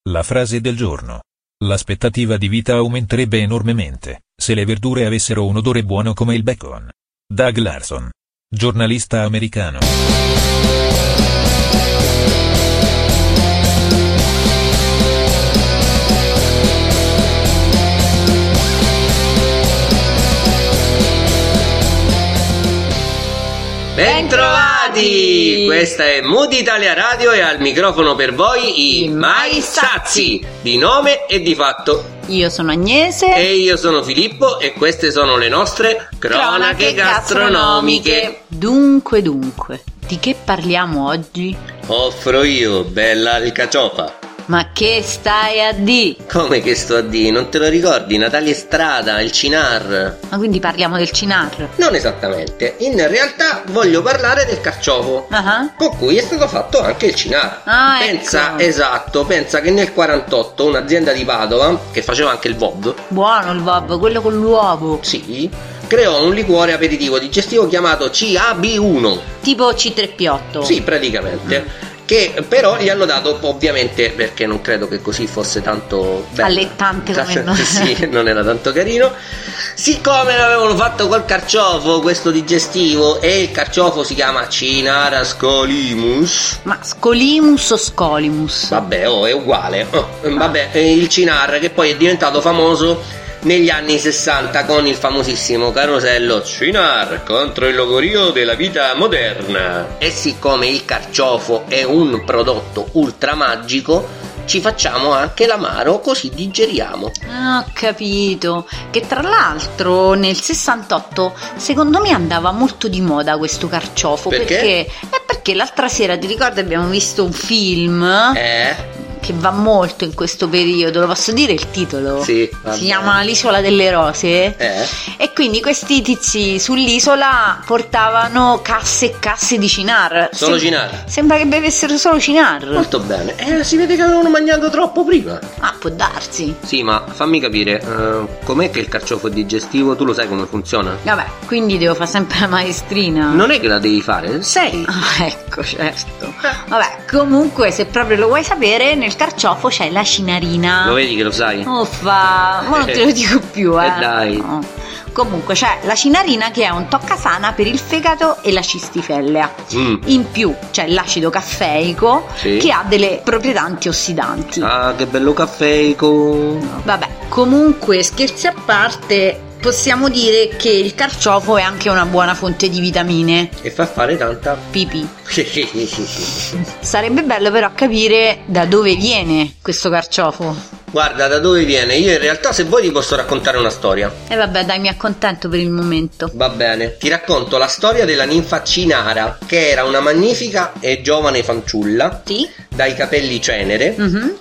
La frase del giorno. L'aspettativa di vita aumenterebbe enormemente se le verdure avessero un odore buono come il bacon. Doug Larson, giornalista americano. Bentrovati! Questa è Mood Italia Radio e al microfono per voi i Mai Sazi, di nome e di fatto. Io sono Agnese e io sono Filippo e queste sono le nostre cronache gastronomiche. Dunque, di che parliamo oggi? Offro io, bella alcaciofa. Ma che stai a di? Come che sto a di? Non te lo ricordi? Natalia Estrada, il Cinar. Ma quindi parliamo del Cinar? Non esattamente. In realtà voglio parlare del carciofo, con cui è stato fatto anche il Cinar. Pensa, ecco. Esatto, pensa che nel 48 un'azienda di Padova, che faceva anche il VOB. Buono il VOB, quello con l'uovo. Sì, creò un liquore aperitivo digestivo chiamato CAB1. Tipo C3P8. Sì, praticamente. Che però gli hanno dato, ovviamente, perché non credo che così fosse tanto bello, allettante come sì, non era tanto carino. Siccome l'avevano fatto col carciofo questo digestivo, e il carciofo si chiama Cinara Scolimus. Ma Scolimus o Scolimus? Vabbè, è uguale. Vabbè, il Cinar, che poi è diventato famoso negli anni 60 con il famosissimo carosello Cinar contro il logorio della vita moderna. E siccome il carciofo è un prodotto ultra magico, ci facciamo anche l'amaro, così digeriamo. Ho capito. Che tra l'altro nel 68 secondo me andava molto di moda questo carciofo. Perché? Perché l'altra sera, ti ricordi, abbiamo visto un film che va molto in questo periodo. Lo posso dire il titolo? Sì. Si chiama L'isola delle rose. E quindi questi tizi sull'isola portavano casse e casse di Cinar. Solo Cinar? Sembra che bevessero solo Cinar. Molto bene. Si vede che avevano mangiato troppo prima. Ah, può darsi. Sì, ma fammi capire, com'è che il carciofo è digestivo? Tu lo sai come funziona? Vabbè, quindi devo fare sempre la maestrina. Non è che la devi fare, sei. Ah, ecco, certo. Vabbè, comunque, se proprio lo vuoi sapere, nel carciofo c'è la cinarina. Lo vedi che lo sai? Uffa, ma non te lo dico più, dai. No. Comunque c'è la cinarina, che è un toccasana per il fegato e la cistifellea. In più c'è l'acido caffeico, che ha delle proprietà antiossidanti. Ah, che bello caffeico. Vabbè, comunque, scherzi a parte, possiamo dire che il carciofo è anche una buona fonte di vitamine. E fa fare tanta pipì. Sarebbe bello però capire da dove viene questo carciofo. Guarda, da dove viene? Io in realtà, se vuoi, ti posso raccontare una storia. Vabbè, dai, mi accontento per il momento. Va bene. Ti racconto la storia della ninfa Cinara, che era una magnifica e giovane fanciulla. Sì. Dai capelli cenere,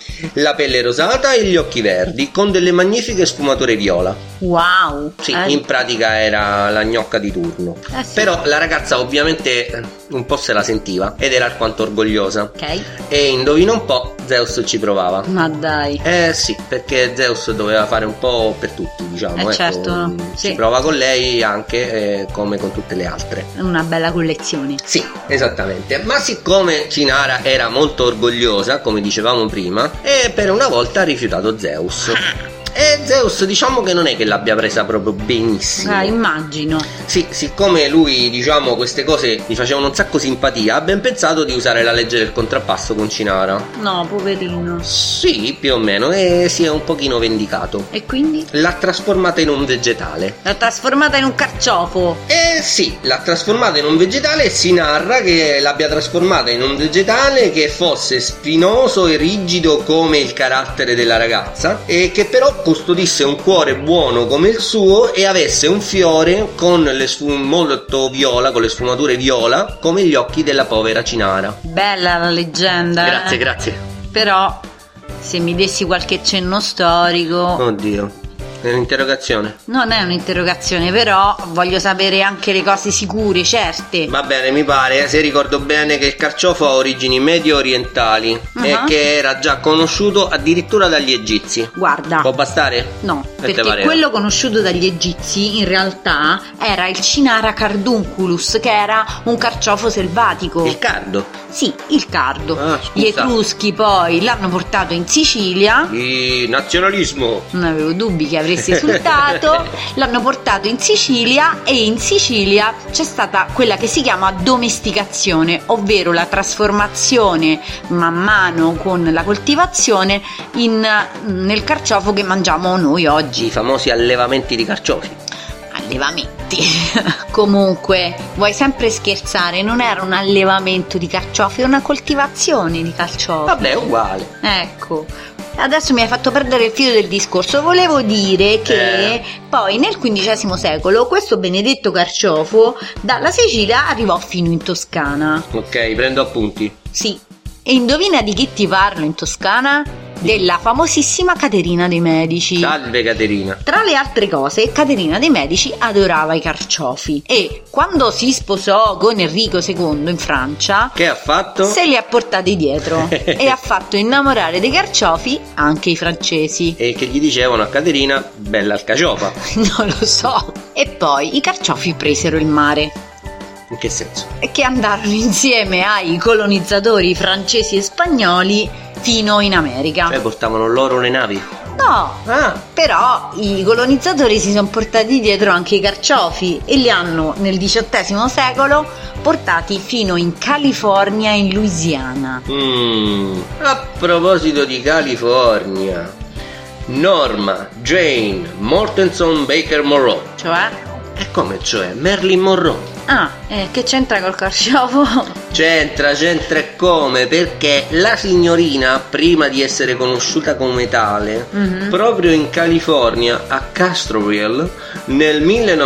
la pelle rosata e gli occhi verdi, con delle magnifiche sfumature viola. Wow. Sì, in pratica era la gnocca di turno. Sì. Però la ragazza ovviamente un po' se la sentiva ed era alquanto orgogliosa. Ok. E indovina un po', Zeus ci provava. Ma dai. Sì, perché Zeus doveva fare un po' per tutti, diciamo. Ecco, certo. Si prova con lei anche come con tutte le altre. Una bella collezione. Sì, esattamente. Ma siccome Cinara era molto orgogliosa, come dicevamo prima, e per una volta ha rifiutato Zeus. E Zeus, diciamo che non è che l'abbia presa proprio benissimo. Immagino. Sì, siccome lui, diciamo, queste cose gli facevano un sacco simpatia, ha ben pensato di usare la legge del contrappasso con Cinara. No, poverino. Sì, più o meno, e si è un pochino vendicato. E quindi? L'ha trasformata in un vegetale. L'ha trasformata in un carciofo. Sì, l'ha trasformata in un vegetale e si narra che l'abbia trasformata in un vegetale che fosse spinoso e rigido come il carattere della ragazza, e che però custodisse un cuore buono come il suo e avesse un fiore con le molto viola, con le sfumature viola, come gli occhi della povera Cinara. Bella la leggenda. Grazie. Però, se mi dessi qualche cenno storico. Oddio. È un'interrogazione? Non è un'interrogazione, però voglio sapere anche le cose sicure, certe. Va bene, mi pare, se ricordo bene, che il carciofo ha origini medio orientali e che era già conosciuto addirittura dagli egizi. Guarda. Può bastare? No, perché quello conosciuto dagli egizi in realtà era il Cinara cardunculus, che era un carciofo selvatico. Il cardo? Sì, il cardo. Ah, gli Etruschi poi l'hanno portato in Sicilia. Il nazionalismo. Non avevo dubbi che avresti esultato. L'hanno portato in Sicilia e in Sicilia c'è stata quella che si chiama domesticazione, ovvero la trasformazione man mano con la coltivazione nel carciofo che mangiamo noi oggi. I famosi allevamenti di carciofi. Allevamenti. Comunque, vuoi sempre scherzare, non era un allevamento di carciofi, era una coltivazione di carciofi. Vabbè, è uguale. Ecco. Adesso mi hai fatto perdere il filo del discorso. Volevo dire che poi nel XV secolo questo benedetto carciofo dalla Sicilia arrivò fino in Toscana. Ok, prendo appunti. Sì. E indovina di chi ti parlo in Toscana? Della famosissima Caterina dei Medici. Salve Caterina. Tra le altre cose, Caterina dei Medici adorava i carciofi e quando si sposò con Enrico II in Francia, che ha fatto? Se li ha portati dietro e ha fatto innamorare dei carciofi anche i francesi. E che gli dicevano a Caterina, bella alcaciofa. Non lo so. E poi i carciofi presero il mare. In che senso? E che andarono insieme ai colonizzatori francesi e spagnoli fino in America. Cioè portavano loro le navi? No, però i colonizzatori si sono portati dietro anche i carciofi e li hanno nel XVIII secolo portati fino in California e in Louisiana. A proposito di California, Norma Jane Mortenson Baker Monroe. Cioè? E come cioè? Marilyn Monroe. Che c'entra col carciofo? C'entra e come? Perché la signorina, prima di essere conosciuta come tale, proprio in California, a Castroville, nel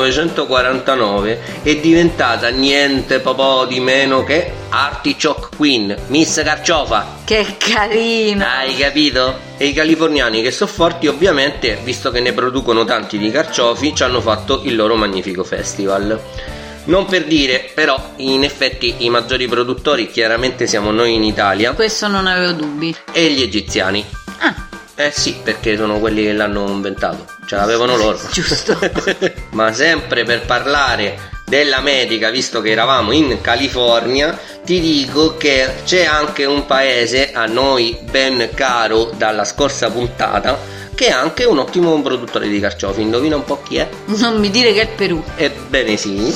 1949, è diventata niente po' di meno che Artichoke Queen, Miss Carciofa. Che carina! Hai capito? E i californiani, che sono forti ovviamente, visto che ne producono tanti di carciofi, ci hanno fatto il loro magnifico festival. Non per dire, però, in effetti i maggiori produttori chiaramente siamo noi in Italia. Questo non avevo dubbi. E gli egiziani. Sì, perché sono quelli che l'hanno inventato. Ce l'avevano loro. Giusto. Ma sempre per parlare dell'America, visto che eravamo in California, ti dico che c'è anche un paese a noi ben caro dalla scorsa puntata, che è anche un ottimo produttore di carciofi. Indovina un po' chi è? Non mi dire che è il Perù. Ebbene sì.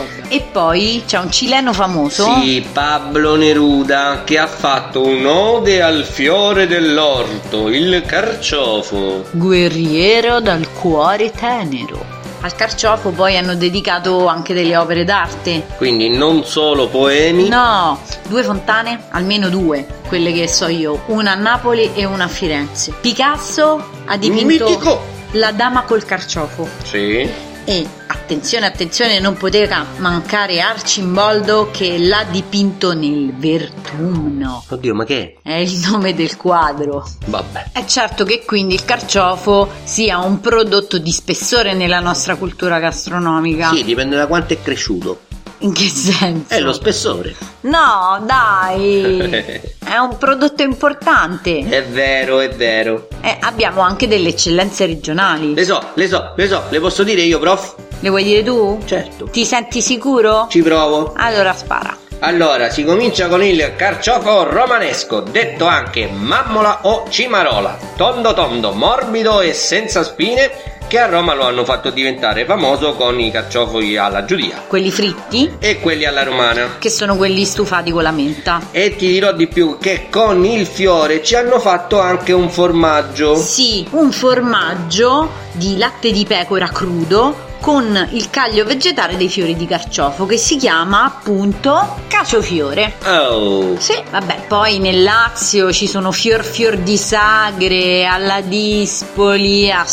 E poi c'è un cileno famoso. Sì, Pablo Neruda, che ha fatto un'ode al fiore dell'orto, il carciofo. Guerriero dal cuore tenero. Al carciofo poi hanno dedicato anche delle opere d'arte. Quindi non solo poemi? No, 2 fontane, almeno 2, quelle che so io, una a Napoli e una a Firenze. Picasso ha dipinto Mitico. La dama col carciofo. Sì. E attenzione, non poteva mancare Arcimboldo, che l'ha dipinto nel Vertumno. Oddio, ma che è il nome del quadro. Vabbè. È certo che quindi il carciofo sia un prodotto di spessore nella nostra cultura gastronomica. Sì, dipende da quanto è cresciuto. In che senso? È lo spessore. No, dai. È un prodotto importante. È vero. Abbiamo anche delle eccellenze regionali. Le so, le posso dire io, prof? Le vuoi dire tu? Certo. Ti senti sicuro? Ci provo. Allora spara. Allora, si comincia con il carciofo romanesco, detto anche mammola o cimarola, tondo, morbido e senza spine, che a Roma lo hanno fatto diventare famoso con i carciofi alla giudia. Quelli fritti? E quelli alla romana. Che sono quelli stufati con la menta. E ti dirò di più, che con il fiore ci hanno fatto anche un formaggio. Sì, un formaggio di latte di pecora crudo con il caglio vegetale dei fiori di carciofo, che si chiama appunto cacio-fiore. Oh. Sì, vabbè, poi nel Lazio ci sono fior di sagre, alla dispoli, a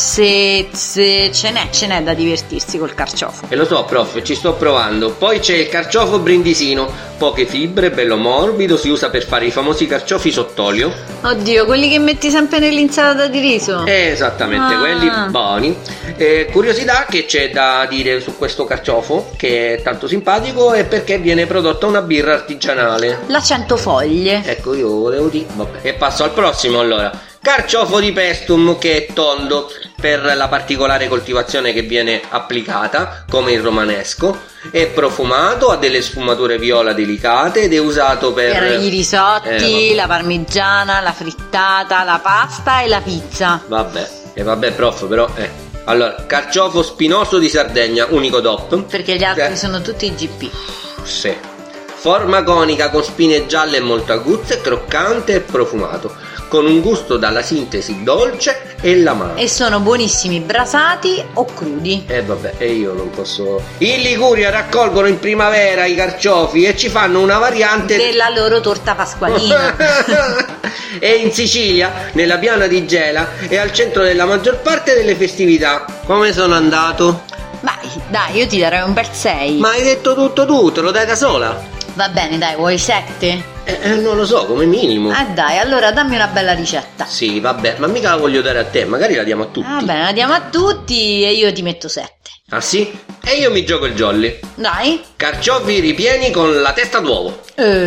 sezze, ce n'è da divertirsi col carciofo. E lo so, prof, ci sto provando. Poi c'è il carciofo brindisino, poche fibre, bello morbido, si usa per fare i famosi carciofi sott'olio. Oddio, quelli che metti sempre nell'insalata di riso. Esattamente, quelli buoni. Curiosità che c'è da dire su questo carciofo, che è tanto simpatico, è perché viene prodotta una birra artigianale. La 100 foglie. Ecco, io volevo dire, vabbè. E passo al prossimo allora. carciofo di pestum, che è tondo per la particolare coltivazione che viene applicata, come il romanesco, è profumato, ha delle sfumature viola delicate ed è usato per i risotti, la parmigiana, la frittata, la pasta e la pizza. Vabbè prof, però allora, carciofo spinoso di Sardegna, unico DOP, perché gli altri sono tutti GP. Sì. Forma conica con spine gialle e molto aguzze, croccante e profumato, con un gusto dalla sintesi dolce e l'amaro. E sono buonissimi brasati o crudi. E io non posso. In Liguria raccolgono in primavera i carciofi e ci fanno una variante della loro torta pasqualina. E in Sicilia, nella piana di Gela, è al centro della maggior parte delle festività. Come sono andato? Dai, io ti darei un bel 6. Ma hai detto tutto tu, te lo dai da sola? Va bene, dai, vuoi 7? Non lo so, come minimo. Dai, allora dammi una bella ricetta. Sì, vabbè, ma mica la voglio dare a te, magari la diamo a tutti. Va bene, la diamo a tutti e io ti metto 7. Ah sì? E io mi gioco il jolly. Dai. Carciofi ripieni con la testa d'uovo.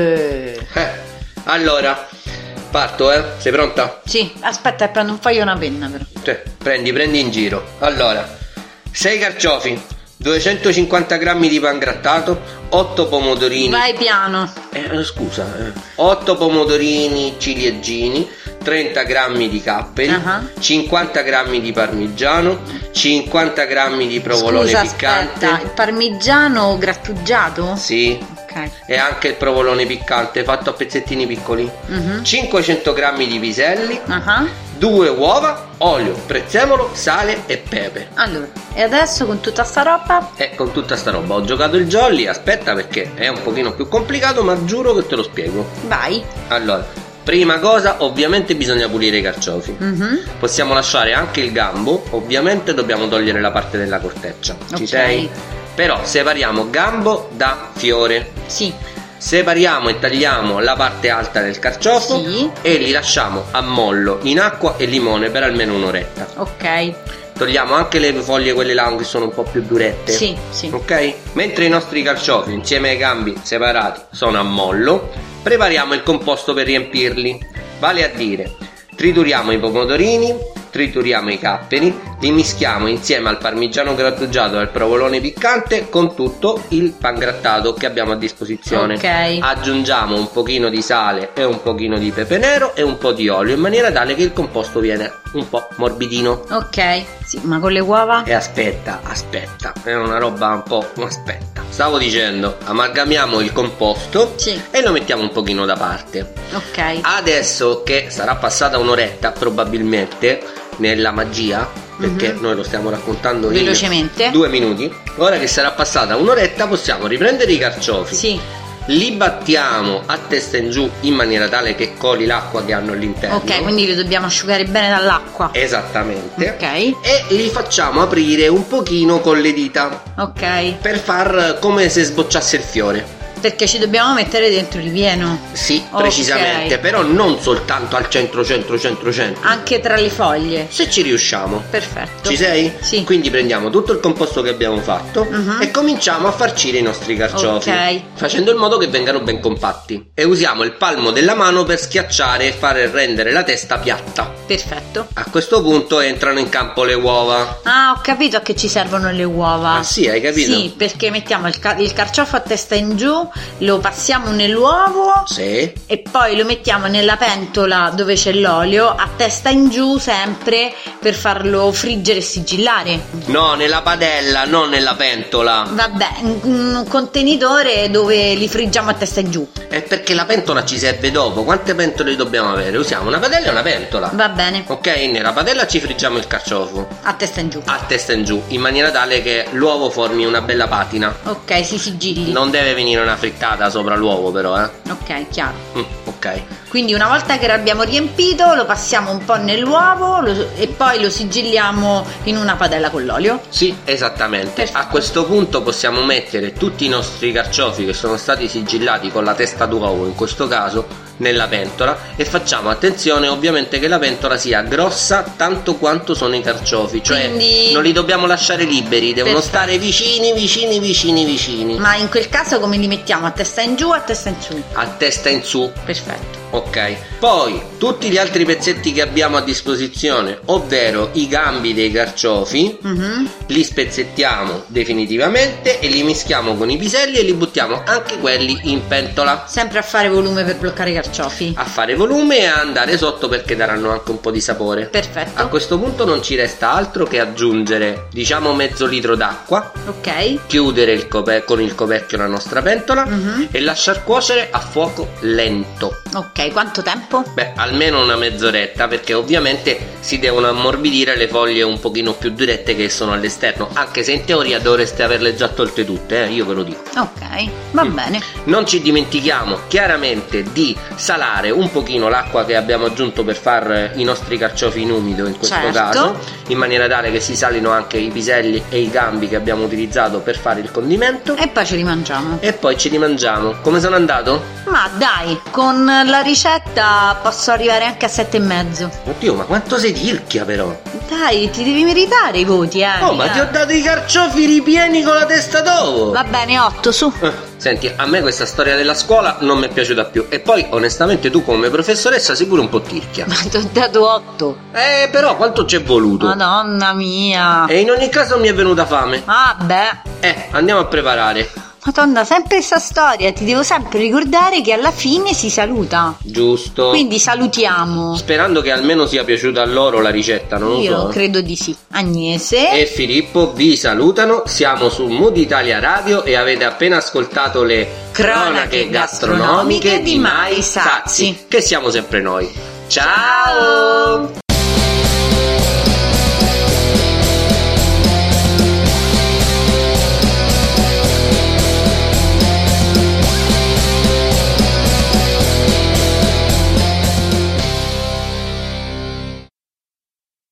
Allora, parto, sei pronta? Sì, aspetta, prendo un foglio e una penna però. Prendi in giro. Allora, 6 carciofi, 250 grammi di pangrattato, 8 pomodorini. Vai piano. Scusa. 8 pomodorini ciliegini, 30 grammi di capperi, 50 grammi di parmigiano, 50 grammi di provolone piccante. Aspetta, il parmigiano grattugiato? Sì. Ok. E anche il provolone piccante fatto a pezzettini piccoli. 500 grammi di piselli, 2 uova, olio, prezzemolo, sale e pepe. Allora, e adesso con tutta sta roba? Con tutta sta roba ho giocato il jolly. Aspetta, perché è un pochino più complicato, ma giuro che te lo spiego. Vai. Allora, prima cosa, ovviamente bisogna pulire i carciofi. Possiamo lasciare anche il gambo, ovviamente dobbiamo togliere la parte della corteccia. Ci sei? Però separiamo gambo da fiore. Sì. Separiamo e tagliamo la parte alta del carciofo, sì, e li lasciamo a mollo in acqua e limone per almeno un'oretta. Ok. Togliamo anche le foglie, quelle là che sono un po' più durette. Sì, sì. Ok? Mentre i nostri carciofi insieme ai gambi separati sono a mollo, prepariamo il composto per riempirli. Vale a dire, trituriamo i pomodorini, trituriamo i capperi, li mischiamo insieme al parmigiano grattugiato e al provolone piccante con tutto il pangrattato che abbiamo a disposizione. Ok. Aggiungiamo un pochino di sale e un pochino di pepe nero e un po' di olio, in maniera tale che il composto viene un po' morbidino. Ok. Sì, ma con le uova? E aspetta, è una roba un po'. Aspetta. Stavo dicendo, amalgamiamo il composto, sì, e lo mettiamo un pochino da parte. Ok. Adesso che sarà passata un'oretta probabilmente nella magia, perché noi lo stiamo raccontando velocemente, in 2 minuti. Ora che sarà passata un'oretta possiamo riprendere i carciofi. Sì. Li battiamo a testa in giù in maniera tale che coli l'acqua che hanno all'interno. Ok, quindi li dobbiamo asciugare bene dall'acqua. Esattamente. Ok. E li facciamo aprire un pochino con le dita. Ok. Per far come se sbocciasse il fiore. Perché ci dobbiamo mettere dentro ripieno. Sì, precisamente, però non soltanto al centro. Anche tra le foglie. Se ci riusciamo. Perfetto. Ci sei? Sì. Quindi prendiamo tutto il composto che abbiamo fatto e cominciamo a farcire i nostri carciofi. Ok. Facendo in modo che vengano ben compatti. E usiamo il palmo della mano per schiacciare e fare rendere la testa piatta. Perfetto. A questo punto entrano in campo le uova. Ah, ho capito a che ci servono le uova. Ah sì, hai capito? Sì, perché mettiamo il carciofo a testa in giù, lo passiamo nell'uovo, sì, e poi lo mettiamo nella pentola dove c'è l'olio a testa in giù, sempre per farlo friggere e sigillare. No, nella padella, non nella pentola. Vabbè, un contenitore dove li friggiamo a testa in giù. È perché la pentola ci serve dopo. Quante pentole dobbiamo avere? Usiamo una padella e una pentola. Va bene. Ok, nella padella ci friggiamo il carciofo a testa in giù. A testa in giù, in maniera tale che l'uovo formi una bella patina. Ok, si sigilli. Non deve venire una frittata sopra l'uovo, però, Ok, chiaro. Ok. Quindi una volta che l'abbiamo riempito lo passiamo un po' nell'uovo e poi lo sigilliamo in una padella con l'olio. Sì, esattamente. Perfetto. A questo punto possiamo mettere tutti i nostri carciofi che sono stati sigillati con la testa d'uovo, in questo caso, nella pentola, e facciamo attenzione ovviamente che la pentola sia grossa tanto quanto sono i carciofi, cioè quindi non li dobbiamo lasciare liberi, devono stare vicini. Ma in quel caso come li mettiamo? A testa in giù o a testa in su? A testa in su. Perfetto. Ok, poi tutti gli altri pezzetti che abbiamo a disposizione, ovvero i gambi dei carciofi, li spezzettiamo definitivamente e li mischiamo con i piselli e li buttiamo anche quelli in pentola. Sempre a fare volume per bloccare i carciofi. A fare volume e a andare sotto perché daranno anche un po' di sapore. Perfetto. A questo punto non ci resta altro che aggiungere, diciamo, mezzo litro d'acqua. Ok. Chiudere con il coperchio la nostra pentola e lasciar cuocere a fuoco lento. Ok, quanto tempo? Beh, almeno una mezz'oretta, perché ovviamente si devono ammorbidire le foglie un pochino più dirette che sono all'esterno, anche se in teoria dovreste averle già tolte tutte, io ve lo dico. Ok, va bene. Non ci dimentichiamo chiaramente di salare un pochino l'acqua che abbiamo aggiunto per far i nostri carciofi in umido in questo caso, in maniera tale che si salino anche i piselli e i gambi che abbiamo utilizzato per fare il condimento. E poi ce li mangiamo. E poi ce li mangiamo. Come sono andato? Ma dai, con la ricetta posso arrivare anche a 7,5. Oddio, ma quanto sei tirchia però. Dai, ti devi meritare i voti, Oh, ma ti ho dato i carciofi ripieni con la testa d'uovo. Va bene, 8, su. Senti, a me questa storia della scuola non mi è piaciuta più. E poi, onestamente, tu come professoressa sei pure un po' tirchia. Ma ti ho dato 8. Però quanto c'è voluto? Madonna mia. E in ogni caso mi è venuta fame. Ah, beh. Andiamo a preparare. Madonna, sempre questa storia, ti devo sempre ricordare che alla fine si saluta. Giusto. Quindi salutiamo. Sperando che almeno sia piaciuta a loro la ricetta, non lo so. Io credo di sì. Agnese e Filippo vi salutano. Siamo su Mood Italia Radio e avete appena ascoltato le cronache gastronomiche di Mai Sazi, che siamo sempre noi. Ciao!